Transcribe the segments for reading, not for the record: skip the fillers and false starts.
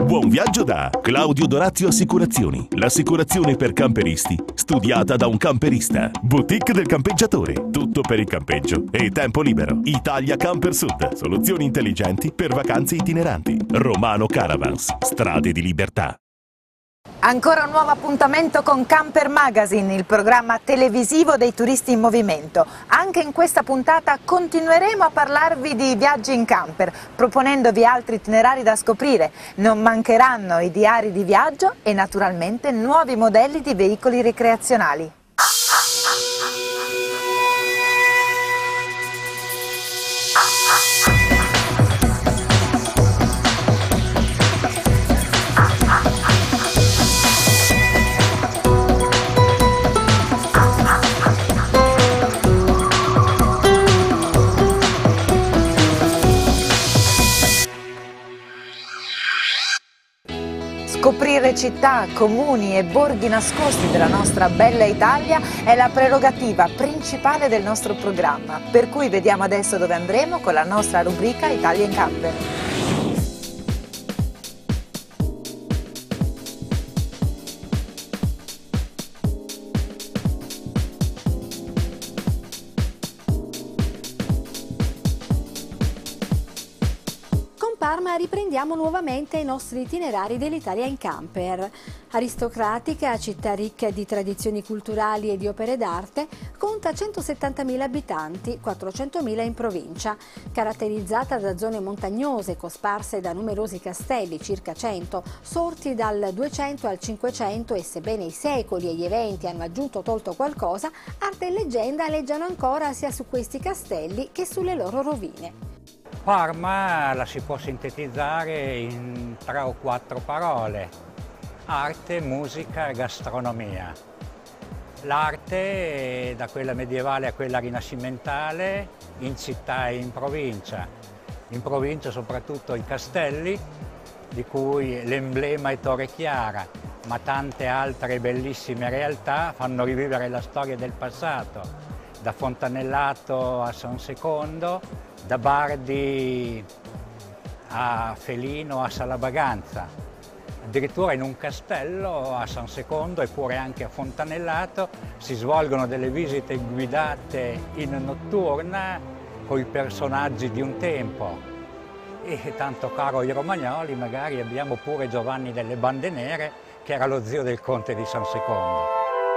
Buon viaggio da Claudio Dorazio Assicurazioni, l'assicurazione per camperisti, studiata da un camperista. Boutique del campeggiatore, tutto per il campeggio e tempo libero. Italia Camper Sud, soluzioni intelligenti per vacanze itineranti. Romano Caravans, strade di libertà. Ancora un nuovo appuntamento con Camper Magazine, il programma televisivo dei turisti in movimento. Anche in questa puntata continueremo a parlarvi di viaggi in camper, proponendovi altri itinerari da scoprire. Non mancheranno i diari di viaggio e naturalmente nuovi modelli di veicoli ricreazionali. Scoprire città, comuni e borghi nascosti della nostra bella Italia è la prerogativa principale del nostro programma, per cui vediamo adesso dove andremo con la nostra rubrica Italia in Camper. Parma riprendiamo nuovamente i nostri itinerari dell'Italia in camper. Aristocratica, città ricca di tradizioni culturali e di opere d'arte, conta 170.000 abitanti, 400.000 in provincia, caratterizzata da zone montagnose cosparse da numerosi castelli, circa 100, sorti dal 200 al 500 e sebbene i secoli e gli eventi hanno aggiunto o tolto qualcosa, arte e leggenda aleggiano ancora sia su questi castelli che sulle loro rovine. Parma la si può sintetizzare in 3 o 4 parole: arte, musica e gastronomia. L'arte, da quella medievale a quella rinascimentale, in città e in provincia. In provincia soprattutto i castelli, di cui l'emblema è Torre Chiara, ma tante altre bellissime realtà fanno rivivere la storia del passato, da Fontanellato a San Secondo, da Bardi a Felino a Salabaganza. Addirittura in un castello a San Secondo, eppure anche a Fontanellato, si svolgono delle visite guidate in notturna con i personaggi di un tempo. E tanto caro ai romagnoli, magari abbiamo pure Giovanni delle Bande Nere, che era lo zio del conte di San Secondo.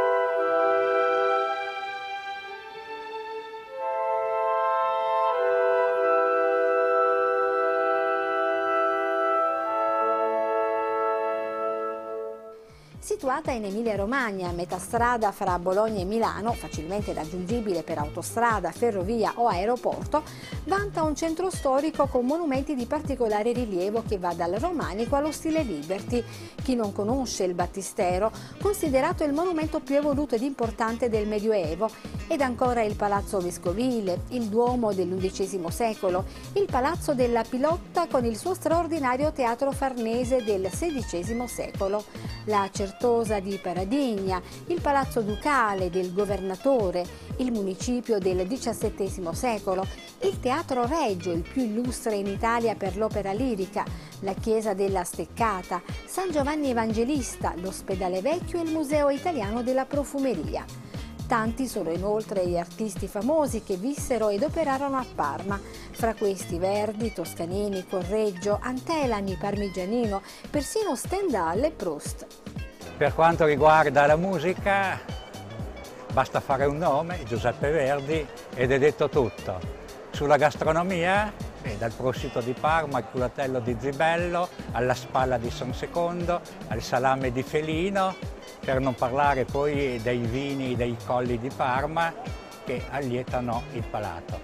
Situata in Emilia-Romagna, a metà strada fra Bologna e Milano, facilmente raggiungibile per autostrada, ferrovia o aeroporto, vanta un centro storico con monumenti di particolare rilievo che va dal romanico allo stile Liberty. Chi non conosce il Battistero, considerato il monumento più evoluto ed importante del Medioevo, ed ancora il Palazzo Vescovile, il Duomo dell'XI secolo, il Palazzo della Pilotta con il suo straordinario teatro farnese del XVI secolo, la Certosa di Paradigna, il Palazzo Ducale del Governatore, il municipio del XVII secolo, il Teatro Regio, il più illustre in Italia per l'opera lirica, la Chiesa della Steccata, San Giovanni Evangelista, l'Ospedale Vecchio e il Museo Italiano della Profumeria. Tanti sono inoltre gli artisti famosi che vissero ed operarono a Parma, fra questi Verdi, Toscanini, Correggio, Antelami, Parmigianino, persino Stendhal e Proust. Per quanto riguarda la musica, basta fare un nome, Giuseppe Verdi, ed è detto tutto. Sulla gastronomia, dal prosciutto di Parma al culatello di Zibello, alla spalla di San Secondo, al salame di Felino, per non parlare poi dei vini dei colli di Parma che allietano il palato.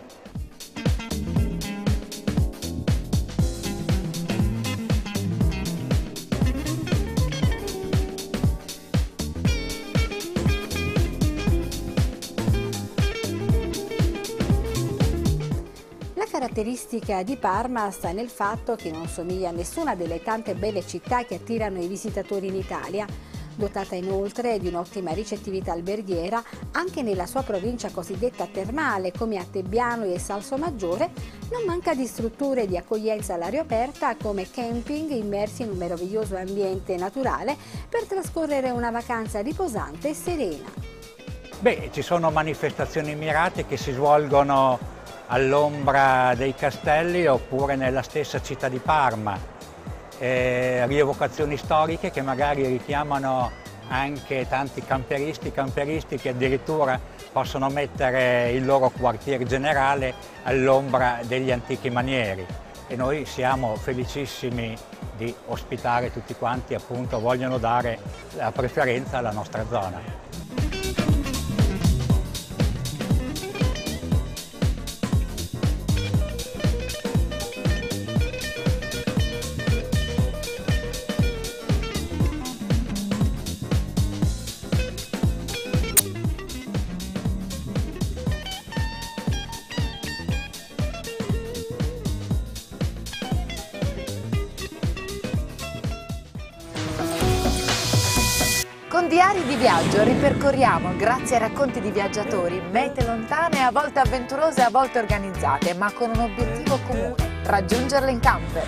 La caratteristica di Parma sta nel fatto che non somiglia a nessuna delle tante belle città che attirano i visitatori in Italia. Dotata inoltre di un'ottima ricettività alberghiera, anche nella sua provincia cosiddetta termale, come a Tebbiano e Salsomaggiore, non manca di strutture di accoglienza all'aria aperta come camping immersi in un meraviglioso ambiente naturale per trascorrere una vacanza riposante e serena. Beh, ci sono manifestazioni mirate che si svolgono all'ombra dei castelli oppure nella stessa città di Parma. Rievocazioni storiche che magari richiamano anche tanti camperisti che addirittura possono mettere il loro quartier generale all'ombra degli antichi manieri, e noi siamo felicissimi di ospitare tutti quanti, appunto, vogliono dare la preferenza alla nostra zona. Con Diari di Viaggio ripercorriamo, grazie ai racconti di viaggiatori, mete lontane, a volte avventurose, a volte organizzate, ma con un obiettivo comune: raggiungerle in camper.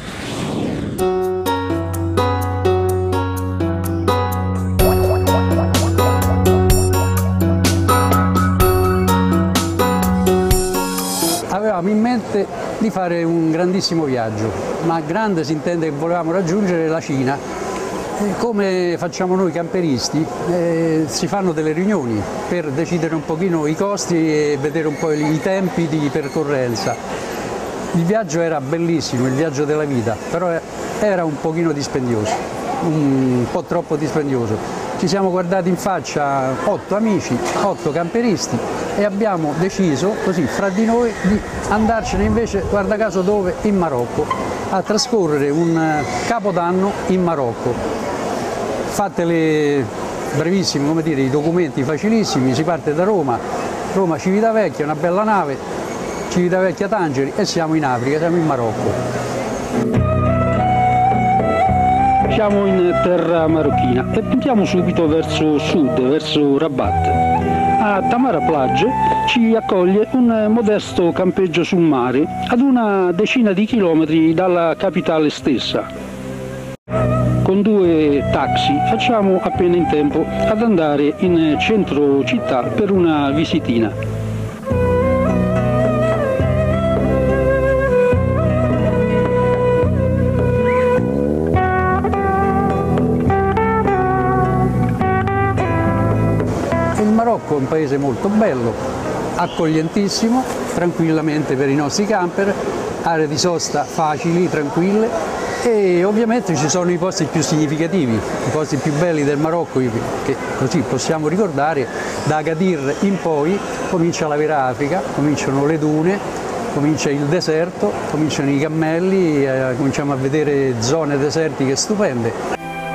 Avevamo in mente di fare un grandissimo viaggio, ma grande si intende che volevamo raggiungere la Cina. Come facciamo noi camperisti, si fanno delle riunioni per decidere un pochino i costi e vedere un po' i tempi di percorrenza. Il viaggio era bellissimo, il viaggio della vita, però era un pochino dispendioso, un po' troppo dispendioso. Ci siamo guardati in faccia 8 amici, 8 camperisti, e abbiamo deciso così fra di noi di andarcene invece, guarda caso dove? In Marocco, a trascorrere un capodanno in Marocco. Fatele brevissimi, come dire, i documenti facilissimi, si parte da Roma, Civitavecchia, una bella nave, Civitavecchia-Tangeri, e siamo in Africa, siamo in Marocco. Siamo in terra marocchina e puntiamo subito verso sud, verso Rabat. A Tamara Plage ci accoglie un modesto campeggio sul mare ad una decina di chilometri dalla capitale stessa. Con 2 taxi facciamo appena in tempo ad andare in centro città per una visitina. Il Marocco è un paese molto bello, accoglientissimo, tranquillamente per i nostri camper, aree di sosta facili, tranquille. E ovviamente ci sono i posti più significativi, i posti più belli del Marocco che così possiamo ricordare. Da Agadir in poi comincia la vera Africa, cominciano le dune, comincia il deserto, cominciano i cammelli, cominciamo a vedere zone desertiche stupende.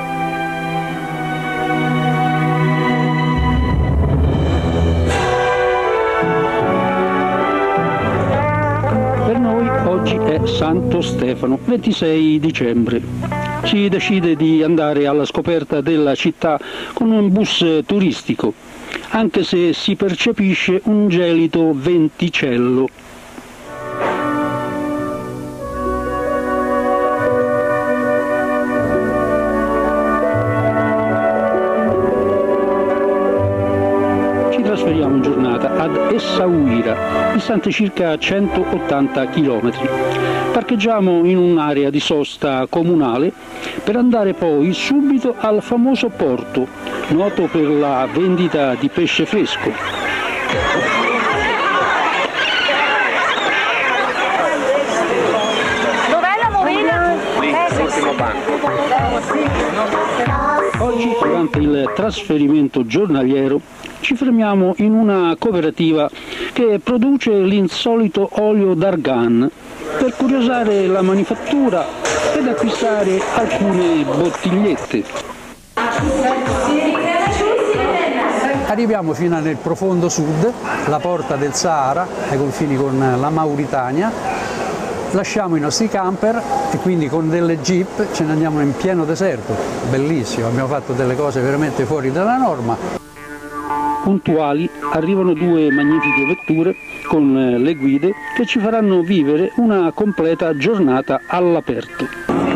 Santo Stefano, 26 dicembre. Si decide di andare alla scoperta della città con un bus turistico, anche se si percepisce un gelido venticello. Ci trasferiamo in giornata ad Essaouira, distante circa 180 km. Parcheggiamo in un'area di sosta comunale per andare poi subito al famoso porto, noto per la vendita di pesce fresco. Dov'è la movina? L'ultimo banco. Oggi, durante il trasferimento giornaliero, ci fermiamo in una cooperativa che produce l'insolito olio d'argan, per curiosare la manifattura ed acquistare alcune bottigliette. Arriviamo fino nel profondo sud, la porta del Sahara, ai confini con la Mauritania, lasciamo i nostri camper e quindi con delle jeep ce ne andiamo in pieno deserto, bellissimo, abbiamo fatto delle cose veramente fuori dalla norma. Puntuali arrivano 2 magnifiche vetture con le guide che ci faranno vivere una completa giornata all'aperto.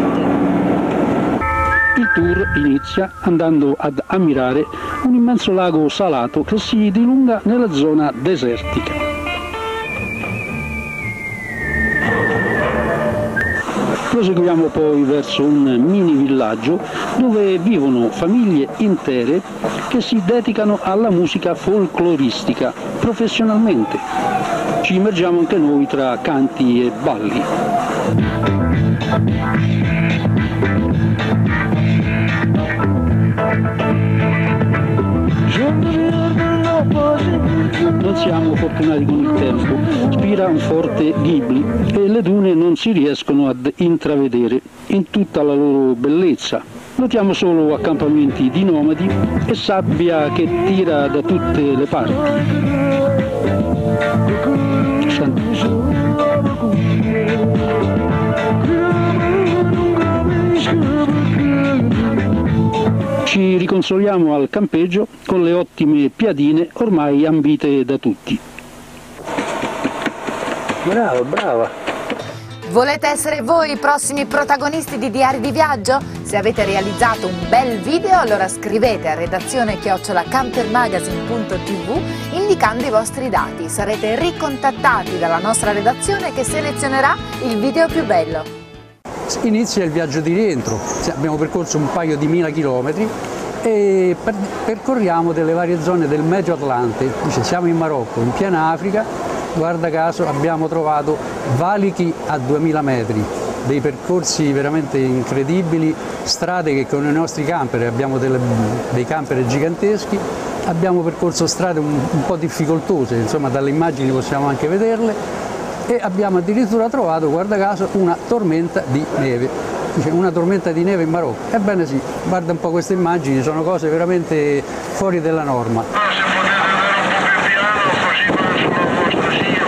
Il tour inizia andando ad ammirare un immenso lago salato che si dilunga nella zona desertica. Proseguiamo poi verso un mini villaggio dove vivono famiglie intere che si dedicano alla musica folcloristica professionalmente. Ci immergiamo anche noi tra canti e balli. Non siamo fortunati con il tempo, spira un forte ghibli e le dune non si riescono ad intravedere in tutta la loro bellezza. Notiamo solo accampamenti di nomadi e sabbia che tira da tutte le parti. Ci riconsoliamo al campeggio con le ottime piadine ormai ambite da tutti. Brava, brava! Volete essere voi i prossimi protagonisti di Diari di Viaggio? Se avete realizzato un bel video, allora scrivete a redazione@campermagazine.tv indicando i vostri dati. Sarete ricontattati dalla nostra redazione che selezionerà il video più bello. Inizia il viaggio di rientro, abbiamo percorso un paio di 1000 chilometri e percorriamo delle varie zone del Medio Atlante. Siamo in Marocco, in piena Africa, guarda caso abbiamo trovato valichi a 2000 metri, dei percorsi veramente incredibili, strade che con i nostri camper, abbiamo dei camper giganteschi, abbiamo percorso strade un po' difficoltose, insomma dalle immagini possiamo anche vederle. E abbiamo addirittura trovato, guarda caso, una tormenta di neve. Dice, una tormenta di neve in Marocco. Ebbene sì, guarda un po' queste immagini, sono cose veramente fuori della norma. Se potete andare un po' più piano, così va sulla vostra scia.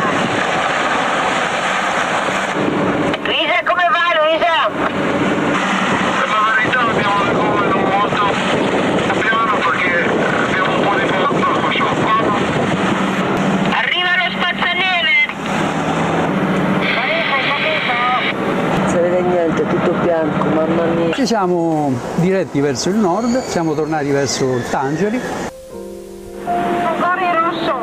Luisa, come va Luisa? Per la verità abbiamo le gomme non molto piano perché abbiamo un po' di vento sopra. Arriva lo spazzaneve! Non si vede niente, tutto bianco, mamma mia. Ci siamo diretti verso il nord, siamo tornati verso Tangeri. Fare rosso!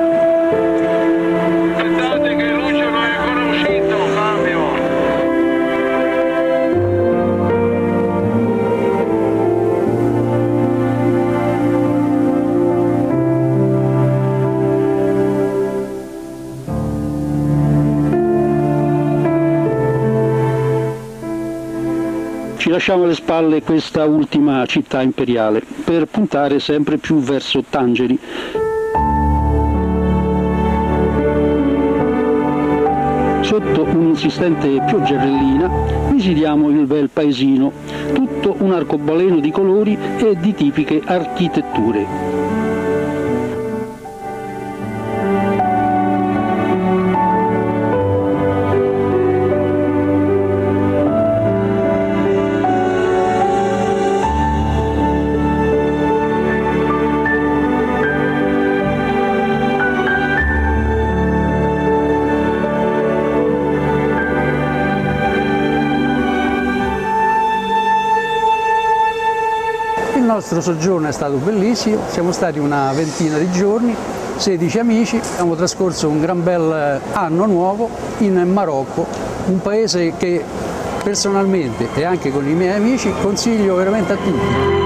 Aspettate che Lucio non è ancora uscito, Fabio. Ci lasciamo alle spalle questa ultima città imperiale per puntare sempre più verso Tangeri. Sotto un'insistente pioggerellina visitiamo il bel paesino, tutto un arcobaleno di colori e di tipiche architetture. Il nostro soggiorno è stato bellissimo, siamo stati una ventina di giorni, 16 amici, abbiamo trascorso un gran bel anno nuovo in Marocco, un paese che personalmente e anche con i miei amici consiglio veramente a tutti.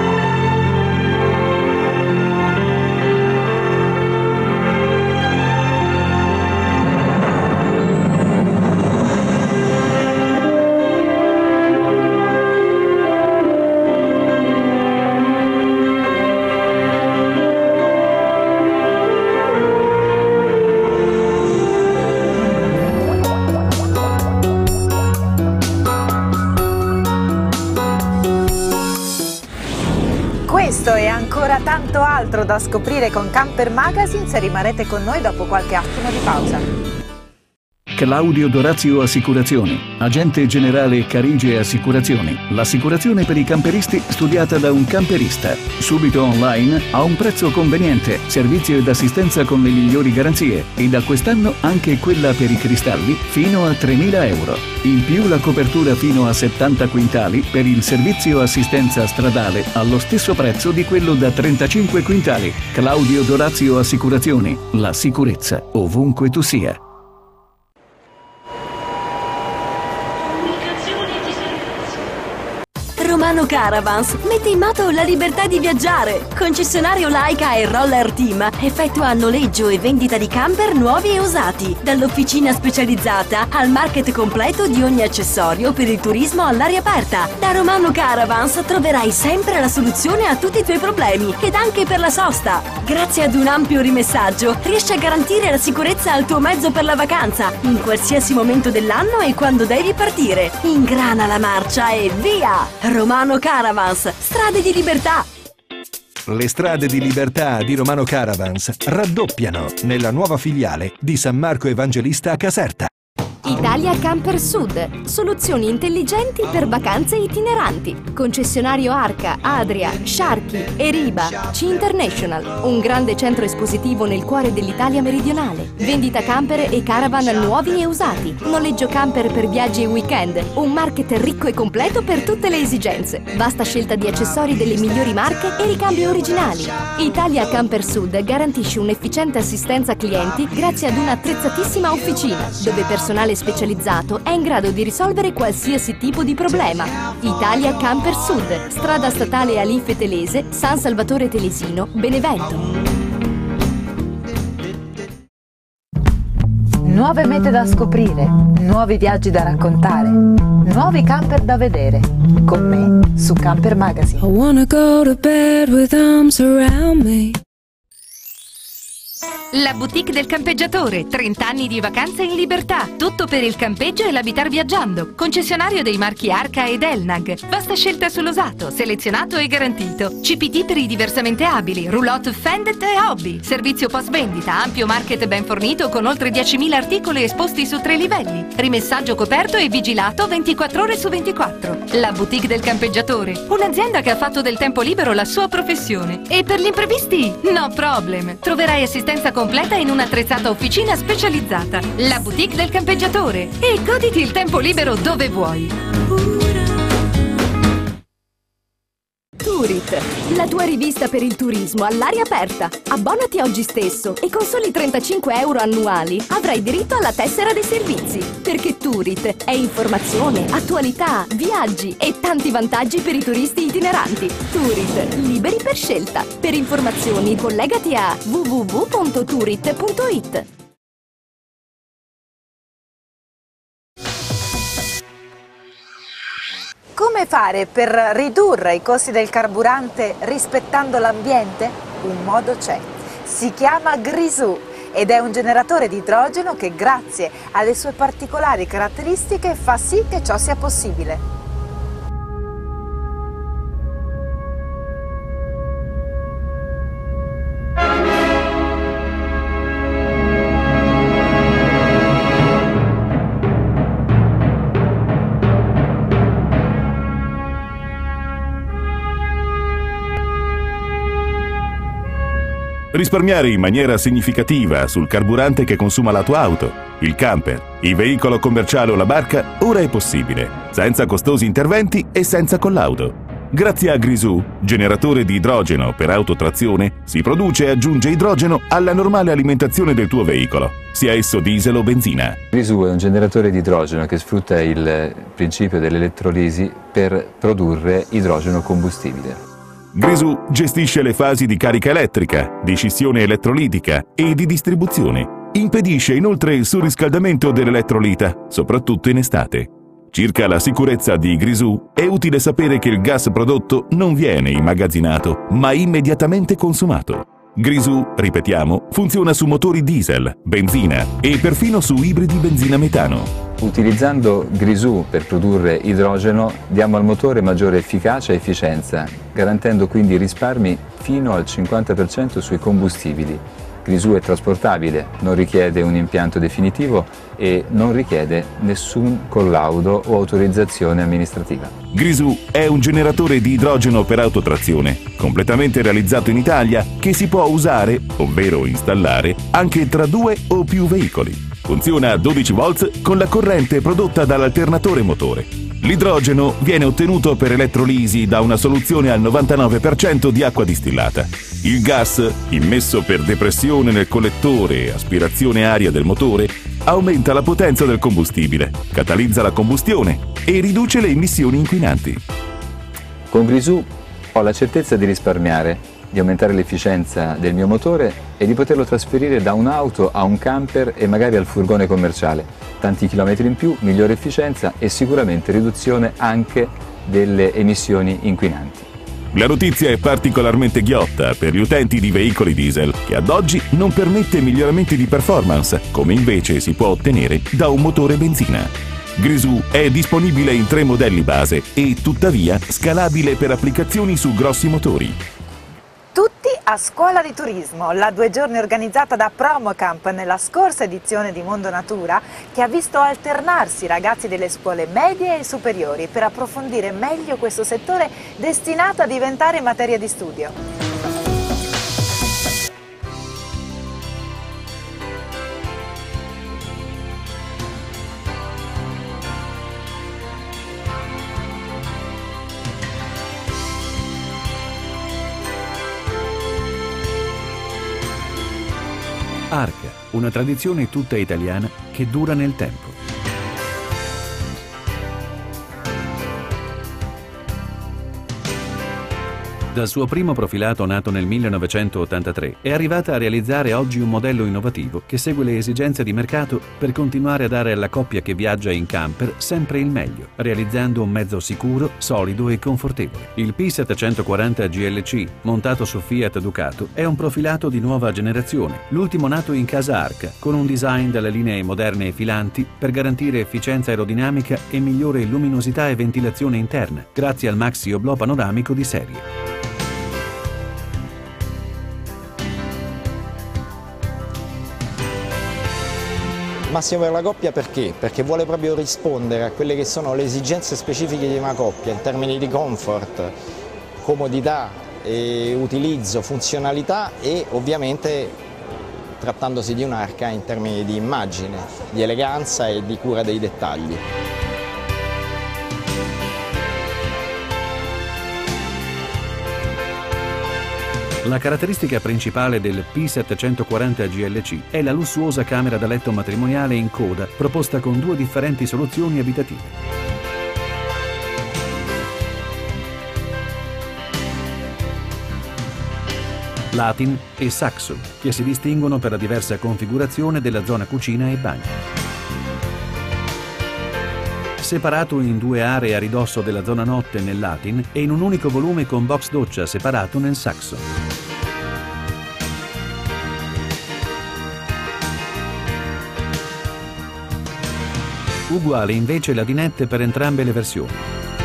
Questo e ancora tanto altro da scoprire con Camper Magazine se rimarrete con noi dopo qualche attimo di pausa. Claudio Dorazio Assicurazioni, agente generale Carige Assicurazioni, l'assicurazione per i camperisti studiata da un camperista, subito online, a un prezzo conveniente, servizio ed assistenza con le migliori garanzie e da quest'anno anche quella per i cristalli fino a 3.000 euro. In più la copertura fino a 70 quintali per il servizio assistenza stradale allo stesso prezzo di quello da 35 quintali. Claudio Dorazio Assicurazioni, la sicurezza ovunque tu sia. Romano Caravans mette in moto la libertà di viaggiare. Concessionario Laika e Roller Team effettua noleggio e vendita di camper nuovi e usati. Dall'officina specializzata al market completo di ogni accessorio per il turismo all'aria aperta. Da Romano Caravans troverai sempre la soluzione a tutti i tuoi problemi ed anche per la sosta. Grazie ad un ampio rimessaggio riesci a garantire la sicurezza al tuo mezzo per la vacanza in qualsiasi momento dell'anno e quando devi partire. Ingrana la marcia e via! Romano Caravans, strade di libertà. Le strade di libertà di Romano Caravans raddoppiano nella nuova filiale di San Marco Evangelista a Caserta. Italia Camper Sud, soluzioni intelligenti per vacanze itineranti. Concessionario Arca, Adria, Sharky, Eriba, C-International. Un grande centro espositivo nel cuore dell'Italia meridionale. Vendita camper e caravan nuovi e usati. Noleggio camper per viaggi e weekend. Un market ricco e completo per tutte le esigenze. Vasta scelta di accessori delle migliori marche e ricambi originali. Italia Camper Sud garantisce un'efficiente assistenza clienti grazie ad un'attrezzatissima officina, dove personale specializzato è in grado di risolvere qualsiasi tipo di problema. Italia Camper Sud, strada statale Alife Telese, San Salvatore Telesino, Benevento. Nuove mete da scoprire, nuovi viaggi da raccontare, nuovi camper da vedere. Con me su Camper Magazine. I wanna go to bed with arms around me. La boutique del campeggiatore, 30 anni di vacanze in libertà, tutto per il campeggio e l'abitare viaggiando. Concessionario dei marchi Arca ed Elnag, vasta scelta sull'usato, selezionato e garantito. CPT per i diversamente abili, roulotte Fendet e hobby. Servizio post vendita, ampio market ben fornito con oltre 10.000 articoli esposti su 3 livelli. Rimessaggio coperto e vigilato 24 ore su 24. La boutique del campeggiatore, un'azienda che ha fatto del tempo libero la sua professione. E per gli imprevisti, no problem. Troverai assistenza completa in un'attrezzata officina specializzata. La boutique del campeggiatore. E goditi il tempo libero dove vuoi. Tourit, la tua rivista per il turismo all'aria aperta. Abbonati oggi stesso e con soli 35 euro annuali avrai diritto alla tessera dei servizi. Perché Tourit è informazione, attualità, viaggi e tanti vantaggi per i turisti itineranti. Tourit, liberi per scelta. Per informazioni collegati a www.tourit.it. Come fare per ridurre i costi del carburante rispettando l'ambiente? Un modo c'è. Si chiama Grisù ed è un generatore di idrogeno che grazie alle sue particolari caratteristiche fa sì che ciò sia possibile. Risparmiare in maniera significativa sul carburante che consuma la tua auto, il camper, il veicolo commerciale o la barca, ora è possibile, senza costosi interventi e senza collaudo. Grazie a Grisù, generatore di idrogeno per autotrazione, si produce e aggiunge idrogeno alla normale alimentazione del tuo veicolo, sia esso diesel o benzina. Grisù è un generatore di idrogeno che sfrutta il principio dell'elettrolisi per produrre idrogeno combustibile. Grisù gestisce le fasi di carica elettrica, di scissione elettrolitica e di distribuzione. Impedisce inoltre il surriscaldamento dell'elettrolita, soprattutto in estate. Circa la sicurezza di Grisù, è utile sapere che il gas prodotto non viene immagazzinato, ma immediatamente consumato. Grisù, ripetiamo, funziona su motori diesel, benzina e perfino su ibridi benzina-metano. Utilizzando Grisù per produrre idrogeno diamo al motore maggiore efficacia e efficienza, garantendo quindi risparmi fino al 50% sui combustibili Grisù è trasportabile, non richiede un impianto definitivo e non richiede nessun collaudo o autorizzazione amministrativa. Grisù è un generatore di idrogeno per autotrazione, completamente realizzato in Italia, che si può usare, ovvero installare, anche tra 2 o più veicoli. Funziona a 12 volts con la corrente prodotta dall'alternatore motore. L'idrogeno viene ottenuto per elettrolisi da una soluzione al 99% di acqua distillata. Il gas, immesso per depressione nel collettore e aspirazione aria del motore, aumenta la potenza del combustibile, catalizza la combustione e riduce le emissioni inquinanti. Con Grisù ho la certezza di risparmiare, di aumentare l'efficienza del mio motore e di poterlo trasferire da un'auto a un camper e magari al furgone commerciale. Tanti chilometri in più, migliore efficienza e sicuramente riduzione anche delle emissioni inquinanti. La notizia è particolarmente ghiotta per gli utenti di veicoli diesel, che ad oggi non permette miglioramenti di performance, come invece si può ottenere da un motore benzina. Grisù è disponibile in 3 modelli base e tuttavia scalabile per applicazioni su grossi motori. Tutti a Scuola di Turismo, la 2 giorni organizzata da Promocamp nella scorsa edizione di Mondo Natura, che ha visto alternarsi ragazzi delle scuole medie e superiori per approfondire meglio questo settore destinato a diventare materia di studio. Arca, una tradizione tutta italiana che dura nel tempo. Dal suo primo profilato nato nel 1983 è arrivata a realizzare oggi un modello innovativo che segue le esigenze di mercato per continuare a dare alla coppia che viaggia in camper sempre il meglio, realizzando un mezzo sicuro, solido e confortevole. Il P740 GLC, montato su Fiat Ducato, è un profilato di nuova generazione, l'ultimo nato in casa Arca, con un design dalle linee moderne e filanti per garantire efficienza aerodinamica e migliore luminosità e ventilazione interna, grazie al maxi oblò panoramico di serie. Massimo per la coppia perché? Perché vuole proprio rispondere a quelle che sono le esigenze specifiche di una coppia in termini di comfort, comodità, utilizzo, funzionalità e ovviamente trattandosi di un'Arca in termini di immagine, di eleganza e di cura dei dettagli. La caratteristica principale del P740 GLC è la lussuosa camera da letto matrimoniale in coda, proposta con 2 differenti soluzioni abitative. Latin e Saxo, che si distinguono per la diversa configurazione della zona cucina e bagno. Separato in 2 aree a ridosso della zona notte nel Latin e in un unico volume con box doccia separato nel Saxo. Uguale invece la dinette per entrambe le versioni.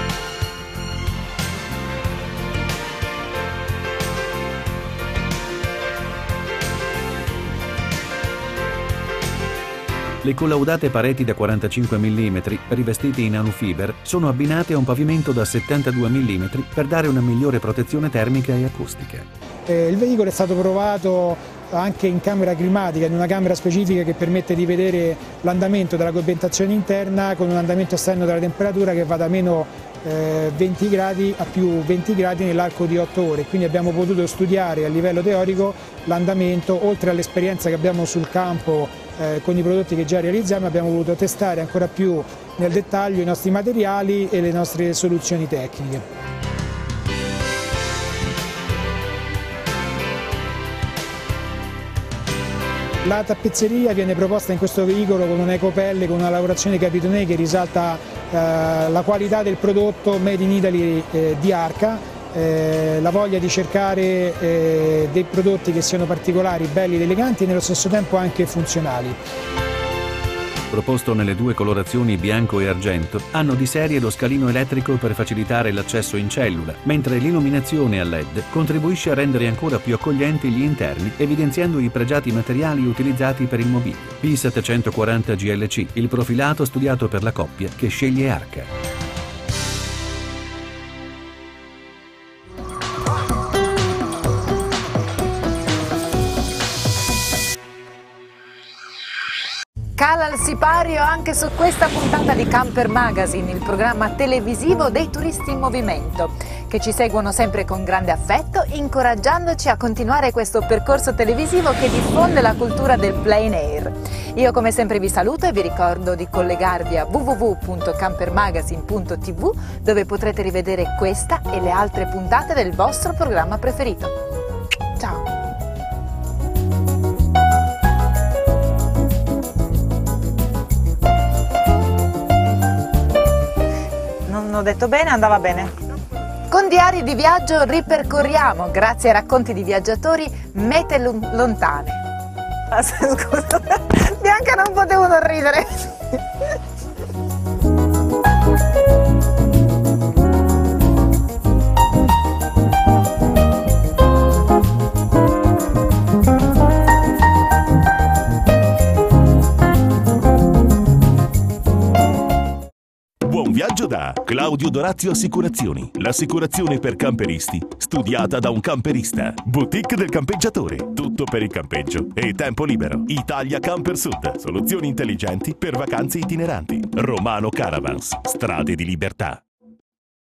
Le collaudate pareti da 45 mm, rivestite in alufiber, sono abbinate a un pavimento da 72 mm per dare una migliore protezione termica e acustica. Il veicolo è stato provato anche in camera climatica, in una camera specifica che permette di vedere l'andamento della coibentazione interna con un andamento esterno della temperatura che va da meno 20 gradi a più 20 gradi nell'arco di 8 ore. Quindi abbiamo potuto studiare a livello teorico l'andamento, oltre all'esperienza che abbiamo sul campo con i prodotti che già realizziamo, abbiamo voluto testare ancora più nel dettaglio i nostri materiali e le nostre soluzioni tecniche. La tappezzeria viene proposta in questo veicolo con un'ecopelle, con una lavorazione capitonè che risalta la qualità del prodotto Made in Italy di Arca, la voglia di cercare dei prodotti che siano particolari, belli ed eleganti e nello stesso tempo anche funzionali. proposto nelle due colorazioni bianco e argento, hanno di serie lo scalino elettrico per facilitare l'accesso in cellula, mentre l'illuminazione a LED contribuisce a rendere ancora più accoglienti gli interni, evidenziando i pregiati materiali utilizzati per il mobilio. P740 GLC, il profilato studiato per la coppia che sceglie Arca. Cala il sipario anche su questa puntata di Camper Magazine, il programma televisivo dei turisti in movimento, che ci seguono sempre con grande affetto, incoraggiandoci a continuare questo percorso televisivo che diffonde la cultura del plein air. Io come sempre vi saluto e vi ricordo di collegarvi a www.campermagazine.tv, dove potrete rivedere questa e le altre puntate del vostro programma preferito. Ciao! Ho detto bene, andava bene. Con Diari di Viaggio ripercorriamo, grazie ai racconti di viaggiatori, mete lontane. Scusa, Bianca, non potevo non ridere. Buon viaggio da Claudio Dorazio Assicurazioni, l'assicurazione per camperisti, studiata da un camperista. Boutique del campeggiatore, tutto per il campeggio e tempo libero. Italia Camper Sud, soluzioni intelligenti per vacanze itineranti. Romano Caravans, strade di libertà.